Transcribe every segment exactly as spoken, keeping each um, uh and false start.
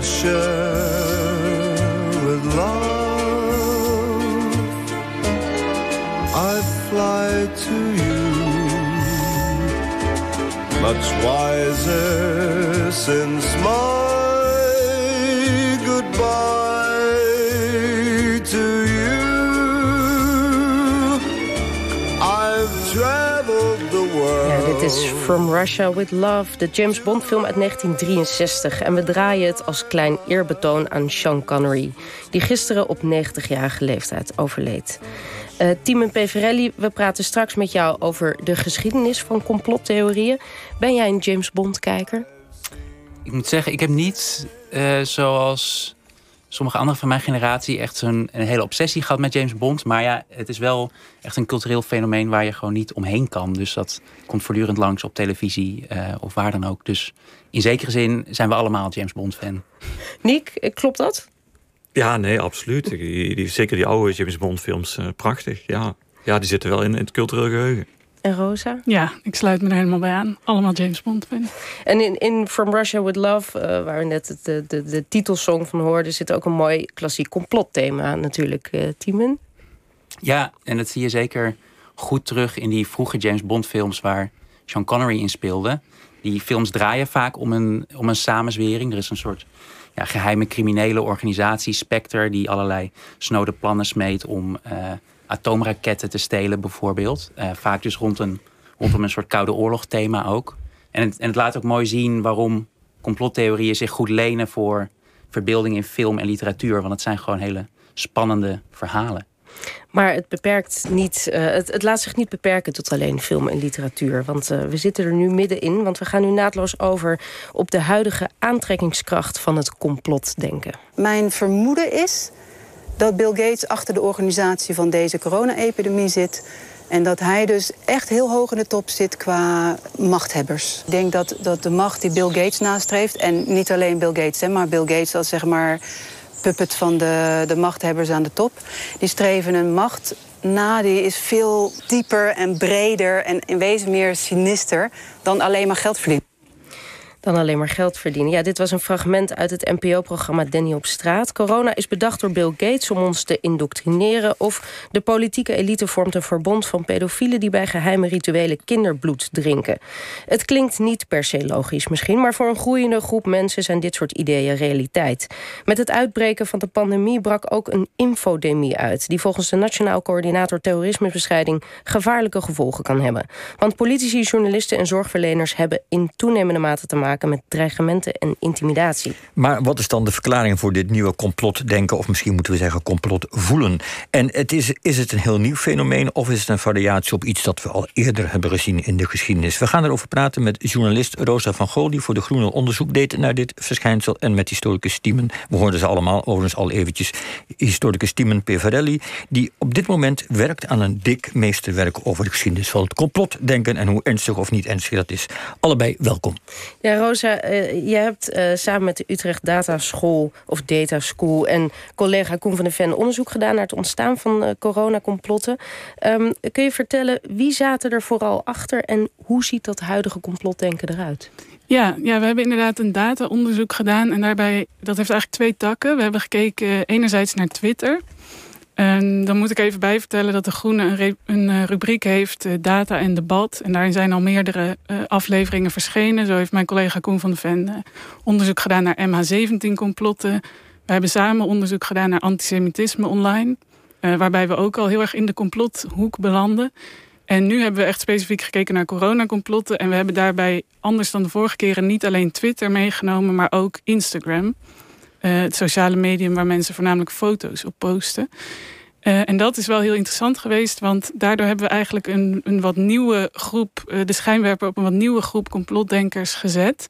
Russia with love, I fly to you, much wiser since my goodbye to you. I've traveled the world. Ja, dit is From Russia with Love, de James Bond film uit negentien drieënzestig. En we draaien het als klein eerbetoon aan Sean Connery, die gisteren op negentigjarige leeftijd overleed. Uh, Timon Peverelli, we praten straks met jou over de geschiedenis van complottheorieën. Ben jij een James Bond-kijker? Ik moet zeggen, ik heb niet uh, zoals sommige anderen van mijn generatie echt zo'n een hele obsessie gehad met James Bond. Maar ja, het is wel echt een cultureel fenomeen waar je gewoon niet omheen kan. Dus dat komt voortdurend langs op televisie uh, of waar dan ook. Dus in zekere zin zijn we allemaal James Bond-fan. Niek, klopt dat? Ja, nee, absoluut. Die, die, zeker die oude James Bond films, uh, prachtig. Ja. ja, die zitten wel in, in het cultureel geheugen. En Rosa? Ja, ik sluit me er helemaal bij aan. Allemaal James Bond fan. En in, in From Russia with Love, uh, waar we net de, de, de titelsong van hoorden, zit ook een mooi klassiek complotthema natuurlijk, uh, Timon. Ja, en dat zie je zeker goed terug in die vroege James Bond films waar Sean Connery in speelde. Die films draaien vaak om een, om een samenzwering. Er is een soort ja, geheime criminele organisatie, Spectre, die allerlei snode plannen smeet om uh, atoomraketten te stelen bijvoorbeeld. Uh, vaak dus rond een, rondom een soort Koude Oorlog thema ook. En het, en het laat ook mooi zien waarom complottheorieën zich goed lenen voor verbeelding in film en literatuur. Want het zijn gewoon hele spannende verhalen. Maar het beperkt niet, uh, het, het laat zich niet beperken tot alleen film en literatuur. Want uh, we zitten er nu middenin. Want we gaan nu naadloos over op de huidige aantrekkingskracht van het complotdenken. Mijn vermoeden is dat Bill Gates achter de organisatie van deze corona-epidemie zit. En dat hij dus echt heel hoog in de top zit qua machthebbers. Ik denk dat, dat de macht die Bill Gates nastreeft, en niet alleen Bill Gates, hè, maar Bill Gates als zeg maar puppet van de, de machthebbers aan de top, die streven een macht na, die is veel dieper en breder en in wezen meer sinister dan alleen maar geld verdienen. Dan alleen maar geld verdienen. Ja, dit was een fragment uit het N P O-programma Danny op straat. Corona is bedacht door Bill Gates om ons te indoctrineren. Of de politieke elite vormt een verbond van pedofielen die bij geheime rituelen kinderbloed drinken. Het klinkt niet per se logisch misschien, maar voor een groeiende groep mensen zijn dit soort ideeën realiteit. Met het uitbreken van de pandemie brak ook een infodemie uit, die volgens de Nationaal Coördinator Terrorismebestrijding gevaarlijke gevolgen kan hebben. Want politici, journalisten en zorgverleners hebben in toenemende mate te maken met dreigementen en intimidatie. Maar wat is dan de verklaring voor dit nieuwe complotdenken, of misschien moeten we zeggen complotvoelen? En het is, is het een heel nieuw fenomeen of is het een variatie op iets dat we al eerder hebben gezien in de geschiedenis? We gaan erover praten met journalist Rosa van Gool, die voor de Groene onderzoek deed naar dit verschijnsel, en met historicus Timon. We hoorden ze allemaal overigens al eventjes. Historicus Timon Peverelli, die op dit moment werkt aan een dik meesterwerk over de geschiedenis van het complotdenken en hoe ernstig of niet ernstig dat is. Allebei welkom. Ja, Rosa, uh, je hebt uh, samen met de Utrecht Data School of Data School en collega Koen van der Ven onderzoek gedaan naar het ontstaan van uh, coronacomplotten. Um, kun je vertellen, wie zaten er vooral achter en hoe ziet dat huidige complotdenken eruit? Ja, ja, we hebben inderdaad een data-onderzoek gedaan en daarbij, dat heeft eigenlijk twee takken. We hebben gekeken enerzijds naar Twitter. En dan moet ik even bijvertellen dat de Groene een, re- een rubriek heeft, uh, data en debat. En daarin zijn al meerdere uh, afleveringen verschenen. Zo heeft mijn collega Koen van der Ven uh, onderzoek gedaan naar M H zeventien complotten. We hebben samen onderzoek gedaan naar antisemitisme online. Uh, waarbij we ook al heel erg in de complothoek belanden. En nu hebben we echt specifiek gekeken naar coronacomplotten. En we hebben daarbij, anders dan de vorige keren, niet alleen Twitter meegenomen, maar ook Instagram. Uh, het sociale medium waar mensen voornamelijk foto's op posten. Uh, en dat is wel heel interessant geweest, want daardoor hebben we eigenlijk een, een wat nieuwe groep, uh, de schijnwerper op een wat nieuwe groep complotdenkers gezet.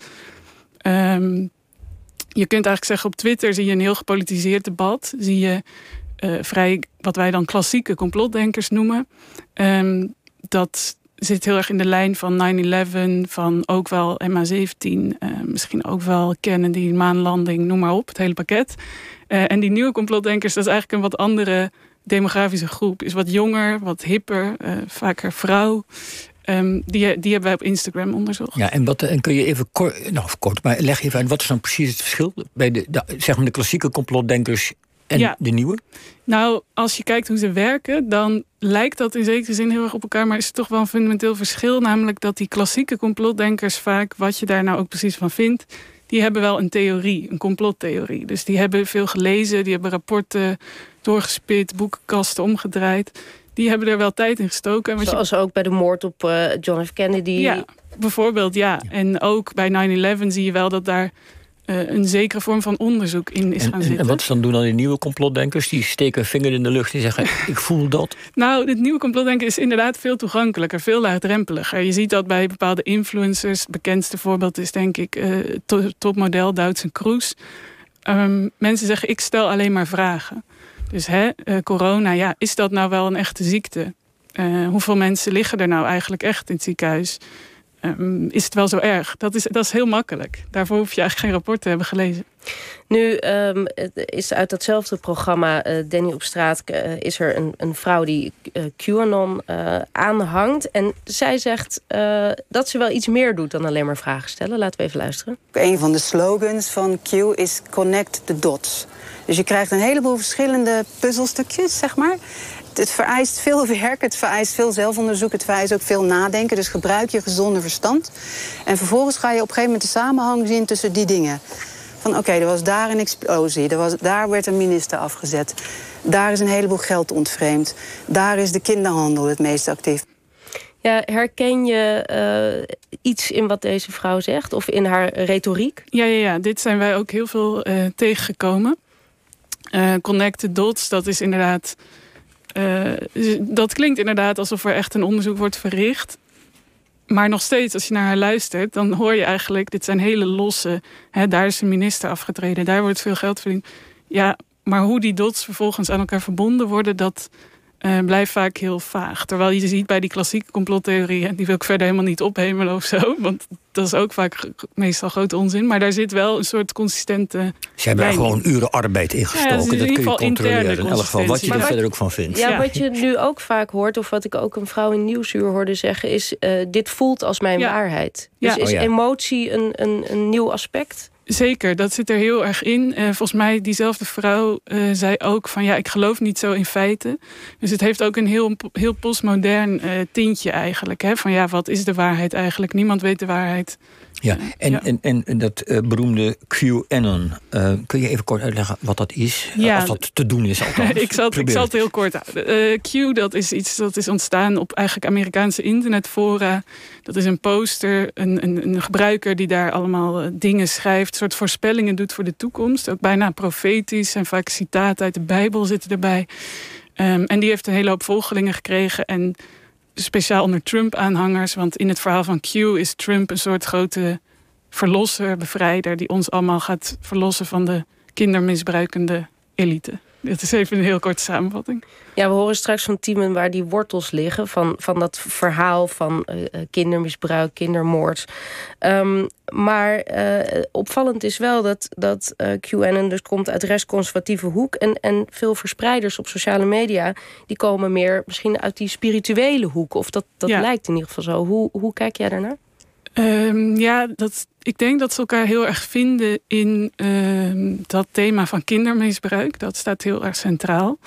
Um, je kunt eigenlijk zeggen, op Twitter zie je een heel gepolitiseerd debat. Zie je uh, vrij, wat wij dan klassieke complotdenkers noemen. Um, dat zit heel erg in de lijn van nine eleven, van ook wel M H zeventien, uh, misschien ook wel Kennedy, maanlanding, noem maar op, het hele pakket. Uh, en die nieuwe complotdenkers, dat is eigenlijk een wat andere demografische groep. Is wat jonger, wat hipper, uh, vaker vrouw. Um, die, die hebben wij op Instagram onderzocht. Ja, en, wat, en kun je even kort, nou kort, maar leg even uit, wat is dan precies het verschil bij de, de, zeg maar de klassieke complotdenkers en ja. de nieuwe? Nou, als je kijkt hoe ze werken, dan lijkt dat in zekere zin heel erg op elkaar, maar is er toch wel een fundamenteel verschil, namelijk dat die klassieke complotdenkers vaak, wat je daar nou ook precies van vindt, die hebben wel een theorie, een complottheorie. Dus die hebben veel gelezen, die hebben rapporten doorgespit, boekenkasten omgedraaid. Die hebben er wel tijd in gestoken. Zoals je... ook bij de moord op uh, John F. Kennedy. Ja, bijvoorbeeld, ja. En ook bij nine eleven zie je wel dat daar uh, een zekere vorm van onderzoek in is en, gaan zitten. En wat dan doen dan die nieuwe complotdenkers? Die steken een vinger in de lucht en zeggen, ik voel dat. Nou, dit nieuwe complotdenken is inderdaad veel toegankelijker, veel laagdrempeliger. Je ziet dat bij bepaalde influencers. Het bekendste voorbeeld is denk ik uh, to- topmodel Doutzen Kroes. Um, mensen zeggen, ik stel alleen maar vragen. Dus hè, uh, corona, ja, is dat nou wel een echte ziekte? Uh, hoeveel mensen liggen er nou eigenlijk echt in het ziekenhuis? Um, is het wel zo erg? Dat is, dat is heel makkelijk. Daarvoor hoef je eigenlijk geen rapport te hebben gelezen. Nu um, is uit datzelfde programma uh, Danny op straat uh, is er een, een vrouw die uh, QAnon uh, aanhangt. En zij zegt uh, dat ze wel iets meer doet dan alleen maar vragen stellen. Laten we even luisteren. Een van de slogans van Q is Connect the Dots. Dus je krijgt een heleboel verschillende puzzelstukjes, zeg maar. Het vereist veel werk, het vereist veel zelfonderzoek, het vereist ook veel nadenken. Dus gebruik je gezonde verstand. En vervolgens ga je op een gegeven moment de samenhang zien tussen die dingen. Van oké, okay, er was daar een explosie, er was, daar werd een minister afgezet. Daar is een heleboel geld ontvreemd. Daar is de kinderhandel het meest actief. Ja, herken je uh, iets in wat deze vrouw zegt? Of in haar retoriek? Ja, ja, ja. Dit zijn wij ook heel veel uh, tegengekomen. Uh, Connect the Dots, dat is inderdaad... Uh, dat klinkt inderdaad alsof er echt een onderzoek wordt verricht. Maar nog steeds, als je naar haar luistert, dan hoor je eigenlijk... dit zijn hele losse... Hè, daar is een minister afgetreden, daar wordt veel geld verdiend. Ja, maar hoe die dots vervolgens aan elkaar verbonden worden... dat uh, blijft vaak heel vaag. Terwijl je ziet bij die klassieke complottheorieën... die wil ik verder helemaal niet ophemelen of zo... want dat is ook vaak meestal grote onzin. Maar daar zit wel een soort consistente... Ze hebben er gewoon uren arbeid in gestoken. Ja, dat kun je controleren in elk geval. Wat je er verder ook van vindt. Ja, ja, wat je nu ook vaak hoort... of wat ik ook een vrouw in Nieuwsuur hoorde zeggen... is uh, dit voelt als mijn ja. waarheid. Dus ja. is oh ja. emotie een, een, een nieuw aspect? Zeker, dat zit er heel erg in. Uh, volgens mij, diezelfde vrouw uh, zei ook van... ja, ik geloof niet zo in feiten. Dus het heeft ook een heel, heel postmodern uh, tintje eigenlijk. Hè? Van ja, wat is de waarheid eigenlijk? Niemand weet de waarheid. Ja, en, ja. en, en, en dat uh, beroemde QAnon. Uh, kun je even kort uitleggen wat dat is? Ja. Als dat te doen is althans. ik, zal het, ik zal het heel kort houden. Uh, Q, dat is iets dat is ontstaan op eigenlijk Amerikaanse internetfora. Dat is een poster, een, een, een gebruiker die daar allemaal uh, dingen schrijft. Een soort voorspellingen doet voor de toekomst. Ook bijna profetisch en vaak citaten uit de Bijbel zitten erbij. Um, en die heeft een hele hoop volgelingen gekregen. En speciaal onder Trump-aanhangers. Want in het verhaal van Q is Trump een soort grote verlosser, bevrijder... die ons allemaal gaat verlossen van de kindermisbruikende elite. Dit is even een heel korte samenvatting. Ja, we horen straks van Timen waar die wortels liggen... van, van dat verhaal van uh, kindermisbruik, kindermoord. Um, maar uh, opvallend is wel dat, dat uh, QAnon dus komt uit de rechtsconservatieve hoek... En, en veel verspreiders op sociale media... die komen meer misschien uit die spirituele hoek. Of dat, dat ja. lijkt in ieder geval zo. Hoe, hoe kijk jij daarnaar? Um, ja, dat, ik denk dat ze elkaar heel erg vinden in uh, dat thema van kindermisbruik. Dat staat heel erg centraal.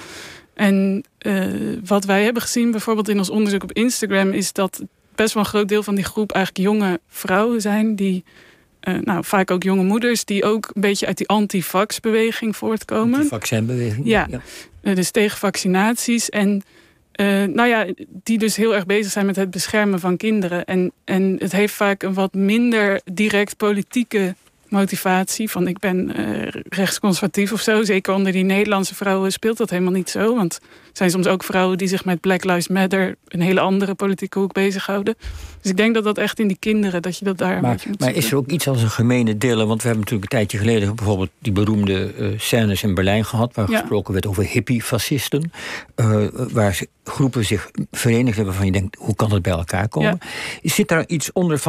En uh, wat wij hebben gezien bijvoorbeeld in ons onderzoek op Instagram... is dat best wel een groot deel van die groep eigenlijk jonge vrouwen zijn... die uh, nou, vaak ook jonge moeders... die ook een beetje uit die anti-vax-beweging voortkomen. Anti-vaccinbeweging? Ja, ja. Uh, dus tegen vaccinaties en... Uh, nou ja, die dus heel erg bezig zijn met het beschermen van kinderen. En, en het heeft vaak een wat minder direct politieke motivatie. Van ik ben uh, rechtsconservatief of zo. Zeker onder die Nederlandse vrouwen speelt dat helemaal niet zo. Want er zijn soms ook vrouwen die zich met Black Lives Matter... een hele andere politieke hoek bezighouden. Dus ik denk dat dat echt in die kinderen, dat je dat daar... Maar, maar is er ook iets als een gemene delen? Want we hebben natuurlijk een tijdje geleden... bijvoorbeeld die beroemde uh, scènes in Berlijn gehad... waar ja. gesproken werd over hippie-fascisten. Uh, waar groepen zich verenigd hebben van je denkt... hoe kan het bij elkaar komen? Ja. Zit daar iets onder van...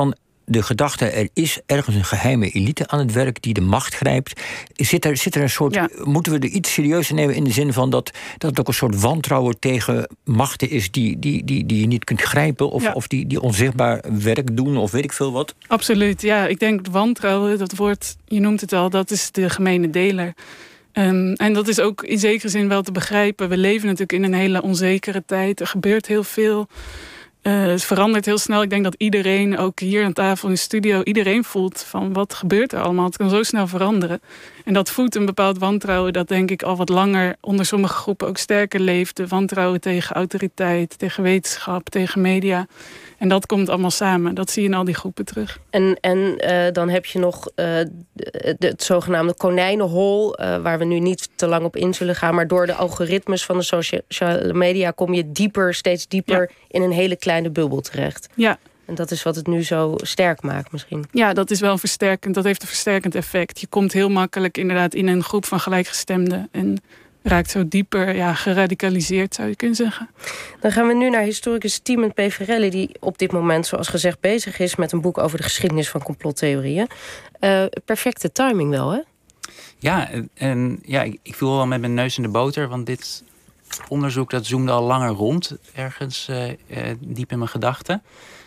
de gedachte, er is ergens een geheime elite aan het werk die de macht grijpt. Zit er, zit er een soort, ja. Moeten we er iets serieuzer nemen in de zin van dat, dat het ook een soort wantrouwen tegen machten is die, die, die, die je niet kunt grijpen of, ja. of die, die onzichtbaar werk doen of weet ik veel wat? Absoluut, ja. Ik denk wantrouwen, dat woord, je noemt het al, dat is de gemene deler. Um, en dat is ook in zekere zin wel te begrijpen. We leven natuurlijk in een hele onzekere tijd. Er gebeurt heel veel. Uh, het verandert heel snel. Ik denk dat iedereen, ook hier aan tafel in de studio, iedereen voelt van wat gebeurt er allemaal. Het kan zo snel veranderen. En dat voedt een bepaald wantrouwen dat denk ik al wat langer onder sommige groepen ook sterker leefde. Wantrouwen tegen autoriteit, tegen wetenschap, tegen media. En dat komt allemaal samen. Dat zie je in al die groepen terug. En, en uh, dan heb je nog uh, de, de, het zogenaamde konijnenhol, Uh, waar we nu niet te lang op in zullen gaan. Maar door de algoritmes van de sociale media kom je dieper, steeds dieper ja. in een hele kleine bubbel terecht. Ja. En dat is wat het nu zo sterk maakt misschien. Ja, dat is wel versterkend. Dat heeft een versterkend effect. Je komt heel makkelijk inderdaad in een groep van gelijkgestemden. En raakt zo dieper ja, geradicaliseerd, zou je kunnen zeggen. Dan gaan we nu naar historicus Timon Peverelli, die op dit moment, zoals gezegd, bezig is met een boek over de geschiedenis van complottheorieën. Uh, perfecte timing wel, hè? Ja, en ja, ik, ik viel wel met mijn neus in de boter, want dit onderzoek dat zoomde al langer rond, ergens uh, uh, diep in mijn gedachten.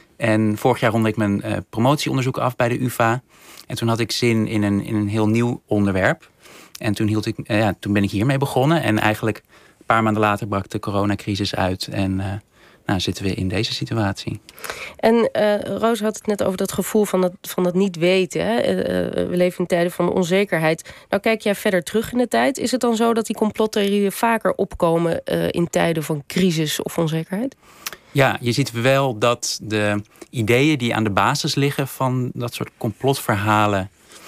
En vorig jaar rondde ik mijn uh, promotieonderzoek af bij de U vA. En toen had ik zin in een, in een heel nieuw onderwerp. En toen, hield ik, uh, ja, toen ben ik hiermee begonnen. En eigenlijk een paar maanden later brak de coronacrisis uit. En uh, nou zitten we in deze situatie. En uh, Roos had het net over dat gevoel van dat, van dat niet weten. Hè? Uh, we leven in tijden van onzekerheid. Nou, kijk jij verder terug in de tijd. Is het dan zo dat die complottheorieën vaker opkomen uh, in tijden van crisis of onzekerheid? Ja, je ziet wel dat de ideeën die aan de basis liggen van dat soort complotverhalen,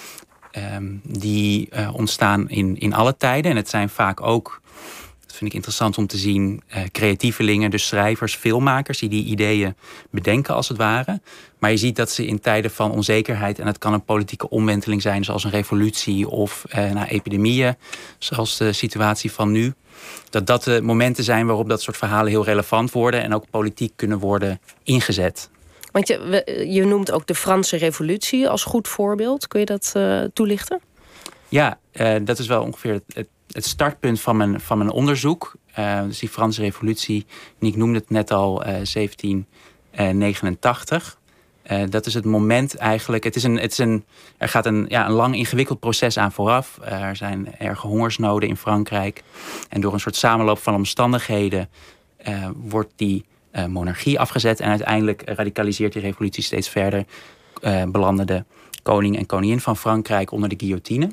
Um, die uh, ontstaan in, in alle tijden. En het zijn vaak ook, dat vind ik interessant om te zien, uh, creatievelingen, dus schrijvers, filmmakers, die die ideeën bedenken als het ware. Maar je ziet dat ze in tijden van onzekerheid, en het kan een politieke omwenteling zijn, zoals een revolutie of uh, nou, epidemieën, zoals de situatie van nu, dat dat de momenten zijn waarop dat soort verhalen heel relevant worden en ook politiek kunnen worden ingezet. Want je, je noemt ook de Franse revolutie als goed voorbeeld. Kun je dat uh, toelichten? Ja, uh, dat is wel ongeveer het, het startpunt van mijn, van mijn onderzoek. Uh, dus die Franse revolutie, en ik noemde het net al, uh, zeventien negenentachtig. Uh, dat is het moment eigenlijk. Het is een, het is een, er gaat een, ja, een lang ingewikkeld proces aan vooraf. Uh, er zijn erge hongersnoden in Frankrijk. En door een soort samenloop van omstandigheden uh, wordt die Uh, monarchie afgezet. En uiteindelijk radicaliseert die revolutie steeds verder. Uh, belanden de koning en koningin van Frankrijk onder de guillotine.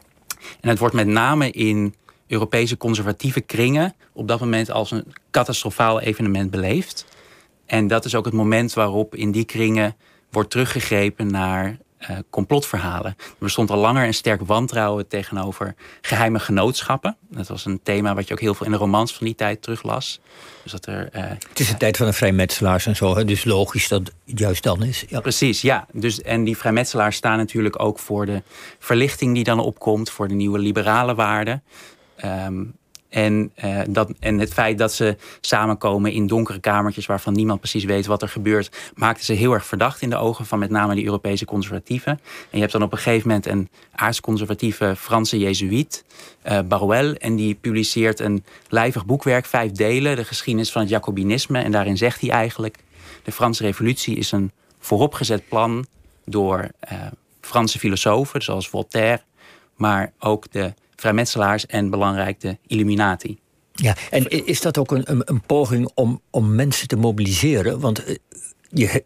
En het wordt met name in Europese conservatieve kringen op dat moment als een catastrofaal evenement beleefd. En dat is ook het moment waarop in die kringen wordt teruggegrepen naar uh, complotverhalen. Er bestond al langer een sterk wantrouwen tegenover geheime genootschappen. Dat was een thema wat je ook heel veel in de romans van die tijd teruglas. Dus dat er, uh, het is de tijd van de vrijmetselaars en zo, hè? Dus logisch dat het juist dan is. Ja. Precies, ja. Dus, en die vrijmetselaars staan natuurlijk ook voor de verlichting die dan opkomt, voor de nieuwe liberale waarden. Um, En, uh, dat, en het feit dat ze samenkomen in donkere kamertjes waarvan niemand precies weet wat er gebeurt, maakte ze heel erg verdacht in de ogen van met name die Europese conservatieven. En je hebt dan op een gegeven moment een aardsconservatieve Franse jezuïet, uh, Baruel, en die publiceert een lijvig boekwerk, vijf delen, de geschiedenis van het Jacobinisme. En daarin zegt hij eigenlijk, de Franse revolutie is een vooropgezet plan door uh, Franse filosofen, zoals Voltaire, maar ook de vrijmetselaars en belangrijk de Illuminati. Ja, en is dat ook een, een, een poging om, om mensen te mobiliseren? Want je,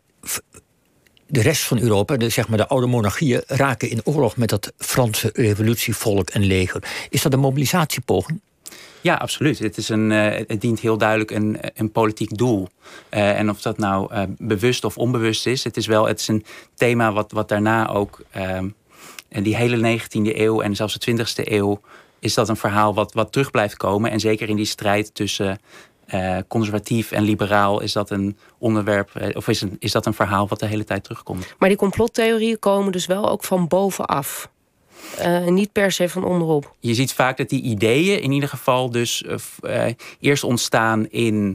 de rest van Europa, de, zeg maar de oude monarchieën, raken in oorlog met dat Franse revolutievolk en leger. Is dat een mobilisatiepoging? Ja, absoluut. Het, is een, uh, het dient heel duidelijk een, een politiek doel. Uh, en of dat nou uh, bewust of onbewust is, het is wel het is een thema wat, wat daarna ook Uh, En die hele negentiende eeuw en zelfs de twintigste eeuw is dat een verhaal wat, wat terug blijft komen. En zeker in die strijd tussen uh, conservatief en liberaal is dat een onderwerp, uh, of is, een, is dat een verhaal wat de hele tijd terugkomt. Maar die complottheorieën komen dus wel ook van bovenaf. Uh, niet per se van onderop. Je ziet vaak dat die ideeën in ieder geval dus uh, uh, eerst ontstaan in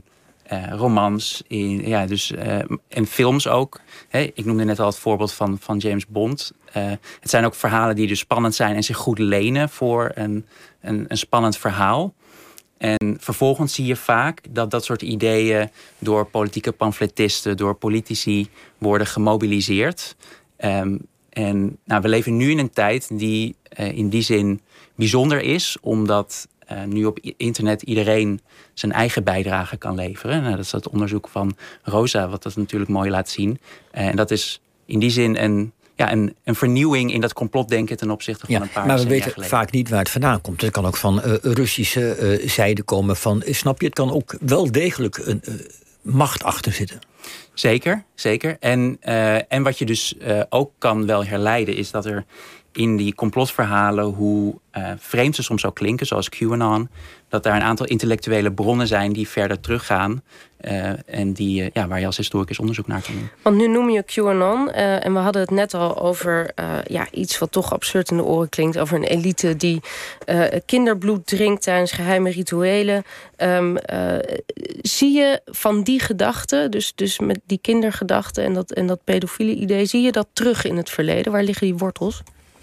uh, romans, in, ja, dus, uh, en films ook. Hey, ik noemde net al het voorbeeld van, van James Bond. Uh, het zijn ook verhalen die dus spannend zijn en zich goed lenen voor een, een, een spannend verhaal. En vervolgens zie je vaak dat dat soort ideeën door politieke pamfletisten, door politici worden gemobiliseerd. Um, en nou, we leven nu in een tijd die uh, in die zin bijzonder is, omdat uh, nu op internet iedereen zijn eigen bijdrage kan leveren. Nou, dat is het onderzoek van Rosa, wat dat natuurlijk mooi laat zien. Uh, en dat is in die zin een, ja, een, een vernieuwing in dat complotdenken ten opzichte van ja, een paar maar we decennia weten geleden. vaak niet waar het vandaan komt. Het kan ook van uh, Russische uh, zijde komen. Van, snap je, het kan ook wel degelijk een uh, macht achter zitten. Zeker, zeker. En, uh, en wat je dus uh, ook kan wel herleiden is dat er in die complotverhalen, hoe uh, vreemd ze soms ook klinken, zoals QAnon, dat daar een aantal intellectuele bronnen zijn die verder teruggaan. Uh, en die, uh, ja, waar je als historicus onderzoek naar kan doen. Want nu noem je QAnon. Uh, en we hadden het net al over uh, ja, iets wat toch absurd in de oren klinkt. Over een elite die uh, kinderbloed drinkt tijdens geheime rituelen. Um, uh, zie je van die gedachten, dus, dus met die kindergedachten en dat, en dat pedofiele idee, zie je dat terug in het verleden? Waar liggen die wortels?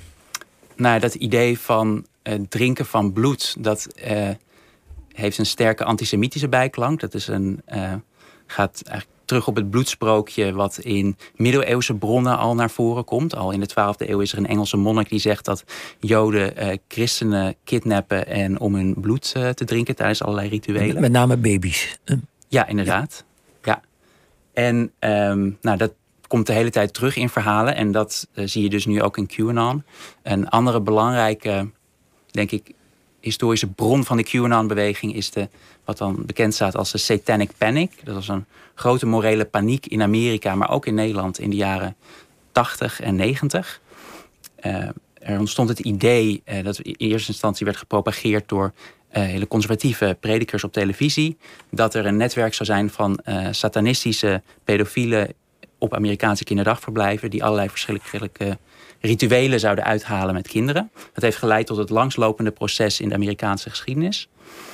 Nou, dat idee van uh, drinken van bloed, dat uh, heeft een sterke antisemitische bijklank. Dat is een, uh, gaat eigenlijk terug op het bloedsprookje wat in middeleeuwse bronnen al naar voren komt. Al in de twaalfde eeuw is er een Engelse monnik die zegt dat Joden uh, christenen kidnappen en om hun bloed uh, te drinken tijdens allerlei rituelen. Met name baby's. Uh. Ja, inderdaad. Ja. ja. En um, nou, dat komt de hele tijd terug in verhalen. En dat uh, zie je dus nu ook in QAnon. Een andere belangrijke, denk ik, historische bron van de QAnon-beweging is de, wat dan bekend staat als de Satanic Panic. Dat was een grote morele paniek in Amerika, maar ook in Nederland in de jaren tachtig en negentig. Uh, er ontstond het idee uh, dat in eerste instantie werd gepropageerd door uh, hele conservatieve predikers op televisie, dat er een netwerk zou zijn van uh, satanistische pedofielen op Amerikaanse kinderdagverblijven die allerlei verschillende rituelen zouden uithalen met kinderen. Dat heeft geleid tot het langslopende proces in de Amerikaanse geschiedenis.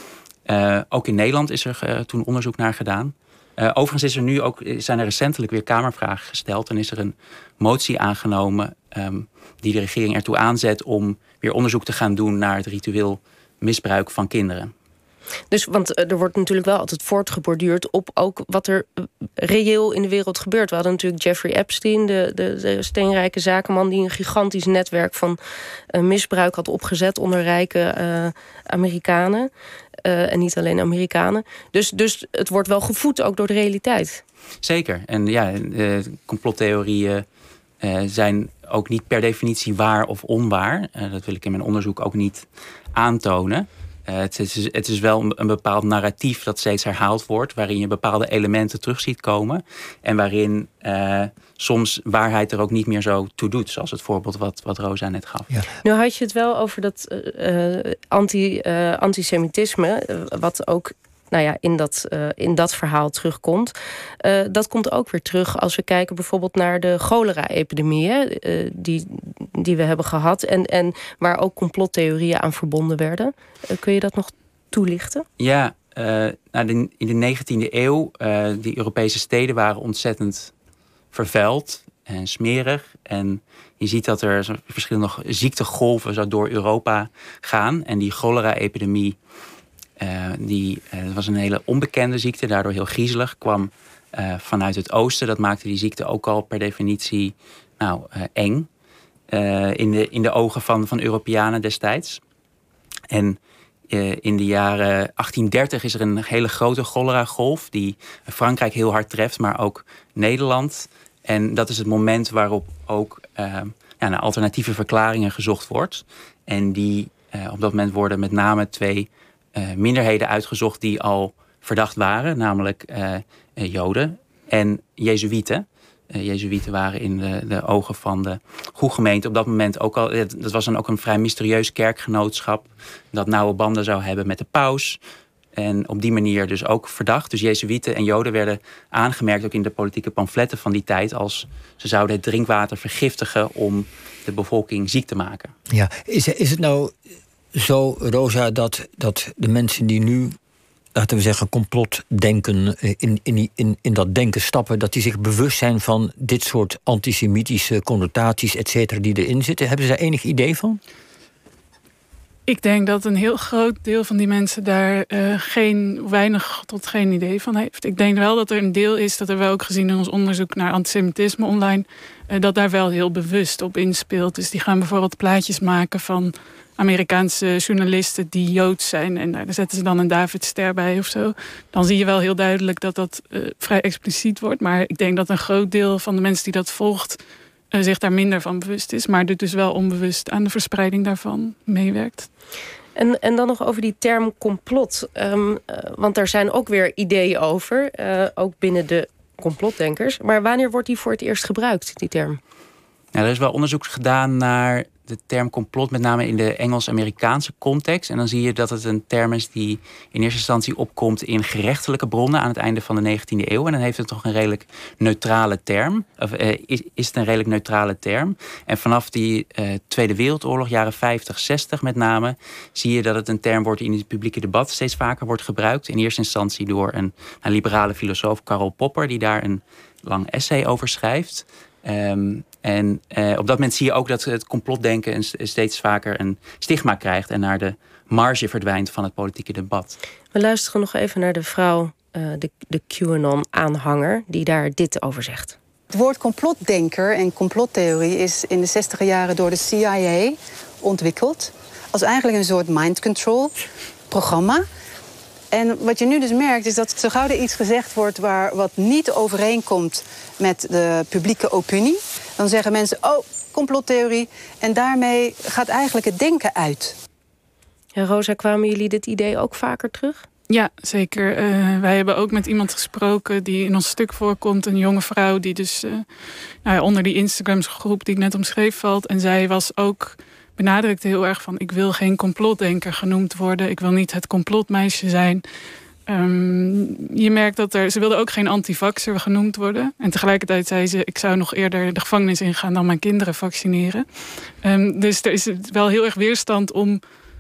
Uh, ook in Nederland is er uh, toen onderzoek naar gedaan. Uh, overigens is er nu ook, zijn er recentelijk weer Kamervragen gesteld en is er een motie aangenomen um, die de regering ertoe aanzet om weer onderzoek te gaan doen naar het ritueel misbruik van kinderen. Dus, want er wordt natuurlijk wel altijd voortgeborduurd op ook wat er reëel in de wereld gebeurt. We hadden natuurlijk Jeffrey Epstein, de, de, de steenrijke zakenman, die een gigantisch netwerk van uh, misbruik had opgezet onder rijke uh, Amerikanen. Uh, en niet alleen Amerikanen. Dus, dus het wordt wel gevoed ook door de realiteit. Zeker. En ja, uh, complottheorieën uh, zijn ook niet per definitie waar of onwaar. Uh, dat wil ik in mijn onderzoek ook niet aantonen. Uh, het, is, het is wel een bepaald narratief dat steeds herhaald wordt, waarin je bepaalde elementen terug ziet komen en waarin uh, soms waarheid er ook niet meer zo toe doet, zoals het voorbeeld wat, wat Rosa net gaf. Ja. Nu had je het wel over dat uh, anti, uh, antisemitisme, uh, wat ook nou ja, in, dat, uh, in dat verhaal terugkomt. Uh, dat komt ook weer terug als we kijken bijvoorbeeld naar de cholera-epidemie uh, die, die we hebben gehad en, en waar ook complottheorieën aan verbonden werden. Uh, kun je dat nog toelichten? Ja, uh, nou de, in de negentiende eeuw, uh, die Europese steden waren ontzettend vervuild en smerig. En je ziet dat er verschillende ziektegolven zo door Europa gaan. En die cholera-epidemie, Uh, die uh, was een hele onbekende ziekte, daardoor heel griezelig, kwam uh, vanuit het oosten. Dat maakte die ziekte ook al per definitie nou, uh, eng uh, in, de, in de ogen van, van Europeanen destijds. En uh, in de jaren achttien dertig is er een hele grote cholera-golf die Frankrijk heel hard treft, maar ook Nederland. En dat is het moment waarop ook uh, ja, naar alternatieve verklaringen gezocht wordt. En die uh, op dat moment worden met name twee Uh, minderheden uitgezocht die al verdacht waren, namelijk uh, uh, Joden en Jezuïeten. Uh, Jezuïeten waren in de, de ogen van de Goegemeente op dat moment ook al. Dat was dan ook een vrij mysterieus kerkgenootschap dat nauwe banden zou hebben met de paus. En op die manier dus ook verdacht. Dus Jezuïeten en Joden werden aangemerkt ook in de politieke pamfletten van die tijd als ze zouden het drinkwater vergiftigen om de bevolking ziek te maken. Ja, is, is het nou zo, Rosa, dat, dat de mensen die nu laten we zeggen, complotdenken, in, in, in, in dat denken stappen, dat die zich bewust zijn van dit soort antisemitische connotaties, et cetera, die erin zitten? Hebben ze daar enig idee van? Ik denk dat een heel groot deel van die mensen daar uh, geen, weinig tot geen idee van heeft. Ik denk wel dat er een deel is, dat hebben we ook gezien in ons onderzoek naar antisemitisme online, uh, dat daar wel heel bewust op inspeelt. Dus die gaan bijvoorbeeld plaatjes maken van Amerikaanse journalisten die Joods zijn. En daar zetten ze dan een Davidster bij of zo. Dan zie je wel heel duidelijk dat dat uh, vrij expliciet wordt. Maar ik denk dat een groot deel van de mensen die dat volgt uh, zich daar minder van bewust is. Maar dus wel onbewust aan de verspreiding daarvan meewerkt. En, en dan nog over die term complot. Um, uh, want daar zijn ook weer ideeën over. Uh, ook binnen de complotdenkers. Maar wanneer wordt die voor het eerst gebruikt, die term? Nou, er is wel onderzoek gedaan naar de term complot, met name in de Engels-Amerikaanse context. En dan zie je dat het een term is die in eerste instantie opkomt in gerechtelijke bronnen aan het einde van de negentiende eeuw. En dan heeft het toch een redelijk neutrale term. Of uh, is, is het een redelijk neutrale term. En vanaf die uh, Tweede Wereldoorlog, jaren vijftig, zestig met name, zie je dat het een term wordt die in het publieke debat steeds vaker wordt gebruikt. In eerste instantie door een, een liberale filosoof, Karl Popper, die daar een lang essay over schrijft. Um, en uh, op dat moment zie je ook dat het complotdenken een, steeds vaker een stigma krijgt en naar de marge verdwijnt van het politieke debat. We luisteren nog even naar de vrouw, uh, de, de QAnon-aanhanger, die daar dit over zegt. Het woord complotdenker en complottheorie is in de zestiger jaren door de C I A ontwikkeld als eigenlijk een soort mind control programma. En wat je nu dus merkt is dat zo gauw er iets gezegd wordt waar wat niet overeenkomt met de publieke opinie, dan zeggen mensen, oh, complottheorie. En daarmee gaat eigenlijk het denken uit. Ja, Rosa, kwamen jullie dit idee ook vaker terug? Ja, zeker. Uh, wij hebben ook met iemand gesproken die in ons stuk voorkomt. Een jonge vrouw die dus uh, nou ja, onder die Instagram-groep die ik net omschreef valt. En zij was ook benadrukte heel erg van, ik wil geen complotdenker genoemd worden. Ik wil niet het complotmeisje zijn. Um, je merkt dat er, ze wilde ook geen antivaxer genoemd worden. En tegelijkertijd zei ze, ik zou nog eerder de gevangenis ingaan dan mijn kinderen vaccineren. Um, dus er is wel heel erg weerstand om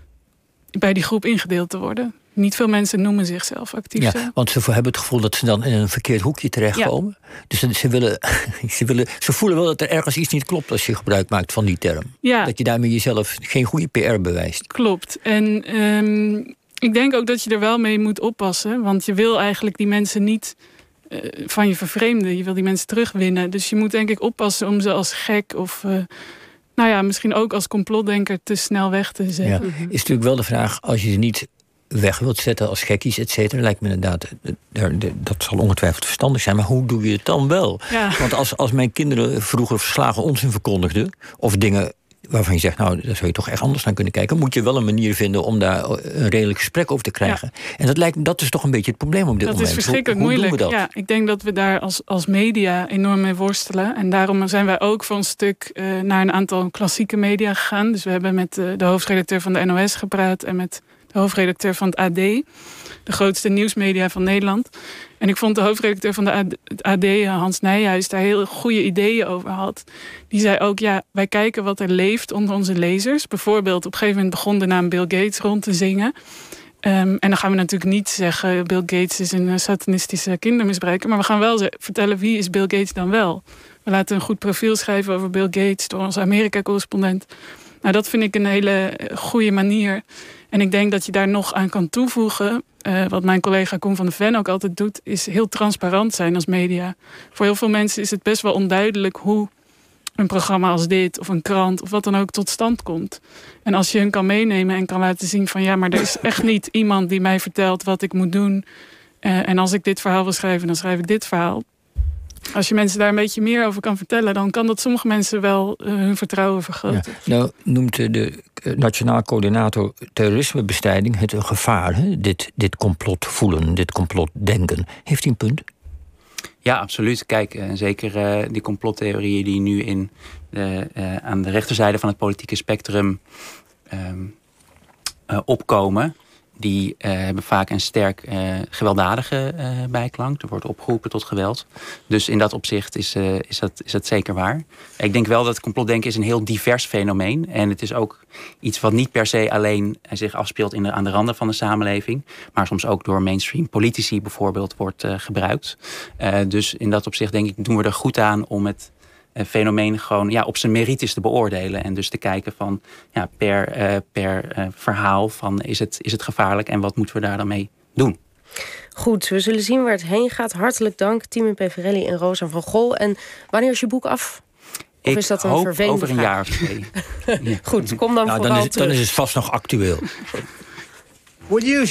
bij die groep ingedeeld te worden. Niet veel mensen noemen zichzelf actief. Ja, zijn. want ze hebben het gevoel dat ze dan in een verkeerd hoekje terechtkomen. Ja. Dus ze, willen, ze, willen, ze voelen wel dat er ergens iets niet klopt als je gebruik maakt van die term. Ja. Dat je daarmee jezelf geen goede P R bewijst. Klopt. En um, ik denk ook dat je er wel mee moet oppassen. Want je wil eigenlijk die mensen niet uh, van je vervreemden. Je wil die mensen terugwinnen. Dus je moet denk ik oppassen om ze als gek of Uh, nou ja, misschien ook als complotdenker te snel weg te zetten. Ja. Is natuurlijk wel de vraag, als je ze niet weg wilt zetten als gekkies, et cetera, lijkt me inderdaad, dat zal ongetwijfeld verstandig zijn, maar hoe doe je het dan wel? Ja. Want als, als mijn kinderen vroeger verslagen onzin verkondigden, of dingen waarvan je zegt, nou, daar zou je toch echt anders naar kunnen kijken, moet je wel een manier vinden om daar een redelijk gesprek over te krijgen. Ja. En dat lijkt, dat is toch een beetje het probleem op dit dat moment. Dat is verschrikkelijk hoe, hoe moeilijk. Doen we dat? Ja, ik denk dat we daar als, als media enorm mee worstelen. En daarom zijn wij ook voor een stuk uh, naar een aantal klassieke media gegaan. Dus we hebben met uh, de hoofdredacteur van de N O S gepraat en met de hoofdredacteur van het A D, de grootste nieuwsmedia van Nederland. En ik vond de hoofdredacteur van de A D, het A D, Hans Nijhuis, daar heel goede ideeën over had. Die zei ook, ja, wij kijken wat er leeft onder onze lezers. Bijvoorbeeld, op een gegeven moment begon de naam Bill Gates rond te zingen. Um, en dan gaan we natuurlijk niet zeggen, Bill Gates is een uh, satanistische kindermisbruiker. Maar we gaan wel ze- vertellen, wie is Bill Gates dan wel? We laten een goed profiel schrijven over Bill Gates door onze Amerika-correspondent. Nou, dat vind ik een hele goede manier. En ik denk dat je daar nog aan kan toevoegen. Uh, wat mijn collega Koen van de Ven ook altijd doet, is heel transparant zijn als media. Voor heel veel mensen is het best wel onduidelijk hoe een programma als dit of een krant of wat dan ook tot stand komt. En als je hun kan meenemen en kan laten zien van ja, maar er is echt niet iemand die mij vertelt wat ik moet doen. Uh, en als ik dit verhaal wil schrijven, dan schrijf ik dit verhaal. Als je mensen daar een beetje meer over kan vertellen, dan kan dat sommige mensen wel uh, hun vertrouwen vergroten. Ja, nou noemt de Nationaal Coördinator Terrorismebestrijding het een gevaar, hè? Dit, dit complot voelen, dit complot denken. Heeft hij een punt? Ja, absoluut. Kijk, uh, zeker uh, die complottheorieën die nu in de, uh, aan de rechterzijde van het politieke spectrum um, uh, opkomen, die uh, hebben vaak een sterk uh, gewelddadige uh, bijklank. Er wordt opgeroepen tot geweld. Dus in dat opzicht is, uh, is, dat, is dat zeker waar. Ik denk wel dat complotdenken is een heel divers fenomeen. En het is ook iets wat niet per se alleen zich afspeelt in de, aan de randen van de samenleving. Maar soms ook door mainstream politici bijvoorbeeld wordt uh, gebruikt. Uh, dus in dat opzicht denk ik doen we er goed aan om het uh, fenomeen gewoon ja, op zijn merites te beoordelen. En dus te kijken van ja, per, uh, per uh, verhaal van is het, is het gevaarlijk en wat moeten we daar dan mee doen. Goed, we zullen zien waar het heen gaat. Hartelijk dank, Timon Peverelli en Rosa van Gol. En wanneer is je boek af? Of ik is dat een hoop vervelende over een vraag? jaar of twee. Goed, kom dan nou, vooral dan is, terug. dan is het vast nog actueel. Will you